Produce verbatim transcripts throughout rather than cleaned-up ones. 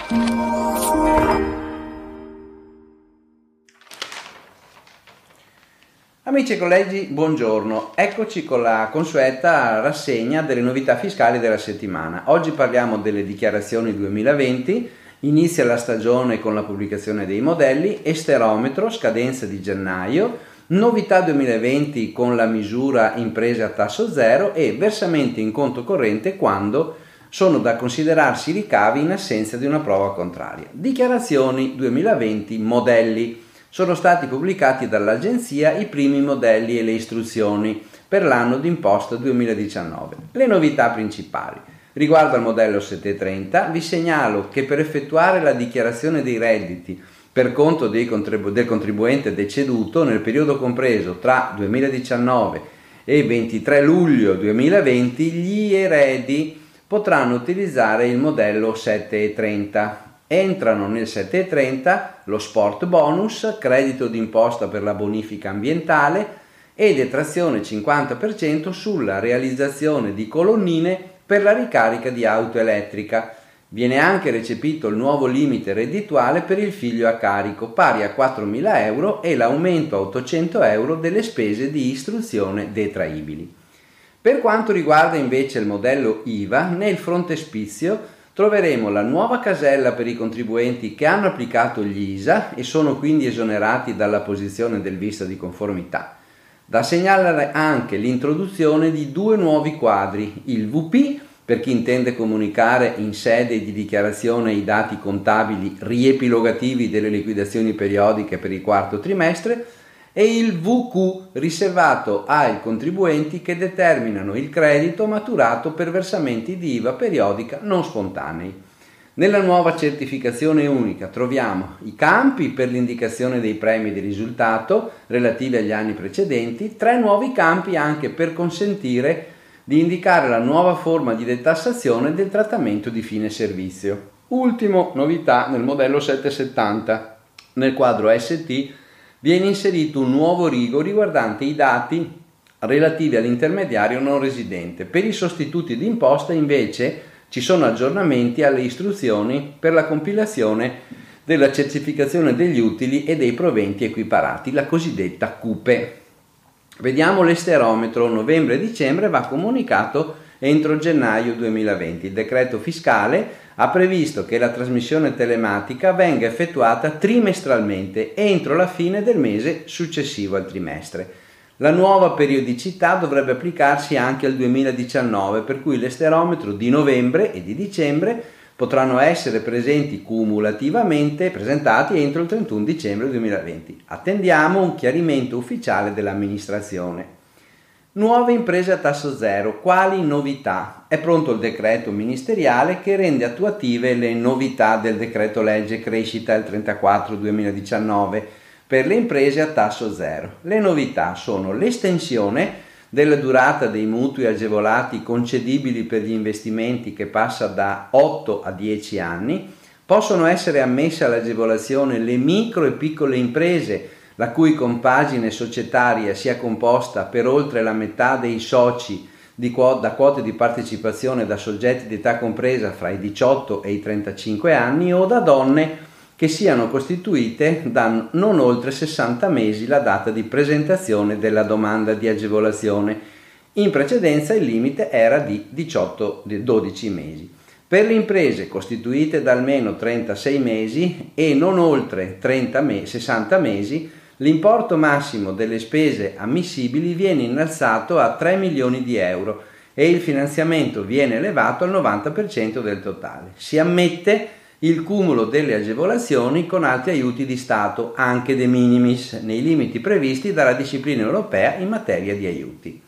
Amici e colleghi, buongiorno. Eccoci con la consueta rassegna delle novità fiscali della settimana. Oggi parliamo delle dichiarazioni duemilaventi, inizia la stagione con la pubblicazione dei modelli, esterometro, scadenza di gennaio, novità duemilaventi con la misura imprese a tasso zero e versamenti in conto corrente quando sono da considerarsi ricavi in assenza di una prova contraria. Dichiarazioni duemilaventi modelli. Sono stati pubblicati dall'agenzia i primi modelli e le istruzioni per l'anno d'imposta duemiladiciannove. Le novità principali. Riguardo al modello settecentotrenta, vi segnalo che per effettuare la dichiarazione dei redditi per conto dei contribu- del contribuente deceduto nel periodo compreso tra duemiladiciannove e ventitré luglio duemilaventi, gli eredi potranno utilizzare il modello settecentotrenta. Entrano nel settecentotrenta lo sport bonus, credito d'imposta per la bonifica ambientale e detrazione cinquanta per cento sulla realizzazione di colonnine per la ricarica di auto elettrica. Viene anche recepito il nuovo limite reddituale per il figlio a carico, pari a quattromila euro, e l'aumento a ottocento euro delle spese di istruzione detraibili. Per quanto riguarda invece il modello I V A, nel frontespizio troveremo la nuova casella per i contribuenti che hanno applicato gli I S A e sono quindi esonerati dalla posizione del visto di conformità. Da segnalare anche l'introduzione di due nuovi quadri, il V P per chi intende comunicare in sede di dichiarazione i dati contabili riepilogativi delle liquidazioni periodiche per il quarto trimestre, e il V Q riservato ai contribuenti che determinano il credito maturato per versamenti di I V A periodica non spontanei. Nella nuova certificazione unica troviamo i campi per l'indicazione dei premi di risultato relativi agli anni precedenti, tre nuovi campi anche per consentire di indicare la nuova forma di detassazione del trattamento di fine servizio. Ultimo novità nel modello settecentosettanta. Nel quadro S T viene inserito un nuovo rigo riguardante i dati relativi all'intermediario non residente. Per i sostituti d'imposta invece ci sono aggiornamenti alle istruzioni per la compilazione della certificazione degli utili e dei proventi equiparati, la cosiddetta CUPE. Vediamo l'esterometro. Novembre e dicembre va comunicato entro gennaio duemilaventi. Il decreto fiscale ha previsto che la trasmissione telematica venga effettuata trimestralmente entro la fine del mese successivo al trimestre. La nuova periodicità dovrebbe applicarsi anche al duemiladiciannove, per cui l'esterometro di novembre e di dicembre potranno essere presenti cumulativamente presentati entro il trentuno dicembre duemilaventi. Attendiamo un chiarimento ufficiale dell'amministrazione. Nuove imprese a tasso zero. Quali novità? È pronto il decreto ministeriale che rende attuative le novità del decreto legge crescita il trentaquattro duemiladiciannove per le imprese a tasso zero. Le novità sono l'estensione della durata dei mutui agevolati concedibili per gli investimenti, che passa da otto a dieci anni. Possono essere ammesse all'agevolazione le micro e piccole imprese la cui compagine societaria sia composta per oltre la metà dei soci di quo- da quote di partecipazione da soggetti di età compresa fra i diciotto e i trentacinque anni, o da donne che siano costituite da non oltre sessanta mesi la data di presentazione della domanda di agevolazione. In precedenza il limite era di diciotto dodici mesi. Per le imprese costituite da almeno trentasei mesi e non oltre trenta me- sessanta mesi, l'importo massimo delle spese ammissibili viene innalzato a tre milioni di euro e il finanziamento viene elevato al novanta per cento del totale. Si ammette il cumulo delle agevolazioni con altri aiuti di Stato, anche de minimis, nei limiti previsti dalla disciplina europea in materia di aiuti.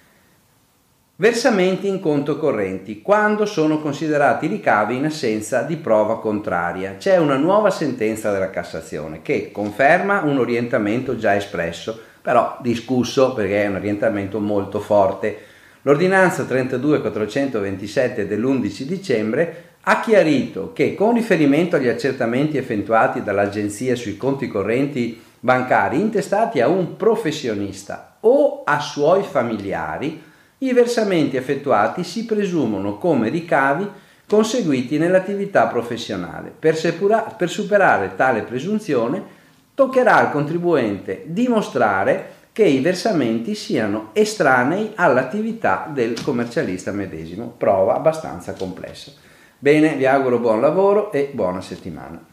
Versamenti in conto correnti, quando sono considerati ricavi in assenza di prova contraria. C'è una nuova sentenza della Cassazione che conferma un orientamento già espresso, però discusso perché è un orientamento molto forte. L'ordinanza trentadue quattrocentoventisette dell'undici dicembre ha chiarito che, con riferimento agli accertamenti effettuati dall'Agenzia sui conti correnti bancari intestati a un professionista o a suoi familiari, i versamenti effettuati si presumono come ricavi conseguiti nell'attività professionale. Per, sepura, per superare tale presunzione toccherà al contribuente dimostrare che i versamenti siano estranei all'attività del commercialista medesimo, prova abbastanza complessa. Bene, vi auguro buon lavoro e buona settimana.